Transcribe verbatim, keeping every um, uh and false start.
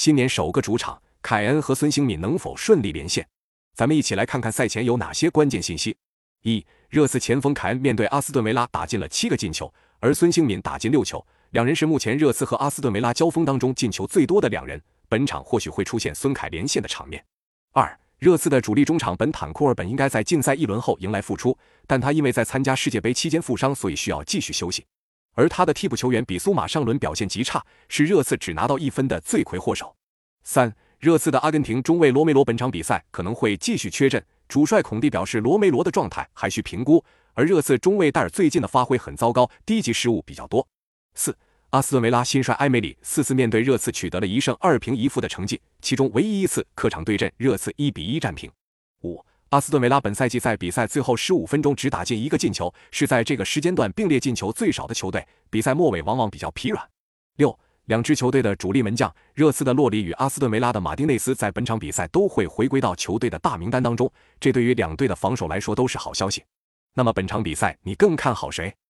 新年首个主场，凯恩和孙兴敏能否顺利连线？咱们一起来看看赛前有哪些关键信息。一、热刺前锋凯恩面对阿斯顿维拉打进了七个进球，而孙兴敏打进六球，两人是目前热刺和阿斯顿维拉交锋当中进球最多的两人，本场或许会出现孙凯连线的场面。二、热刺的主力中场本坦库尔本应该在禁赛一轮后迎来复出，但他因为在参加世界杯期间负伤，所以需要继续休息。而他的替补球员比苏马上轮表现极差，是热刺只拿到一分的罪魁祸首。三、热刺的阿根廷中卫罗梅罗本场比赛可能会继续缺阵，主帅孔蒂表示罗梅罗的状态还需评估，而热刺中卫戴尔最近的发挥很糟糕，低级失误比较多。四、阿斯顿维拉新帅埃梅里四次面对热刺取得了一胜二平一负的成绩，其中唯一一次客场对阵热刺一比一战平。五、阿斯顿维拉本赛季在比赛最后十五分钟只打进一个进球，是在这个时间段并列进球最少的球队，比赛末尾往往比较疲软。六、两支球队的主力门将，热刺的洛里与阿斯顿维拉的马丁内斯在本场比赛都会回归到球队的大名单当中，这对于两队的防守来说都是好消息。那么本场比赛你更看好谁？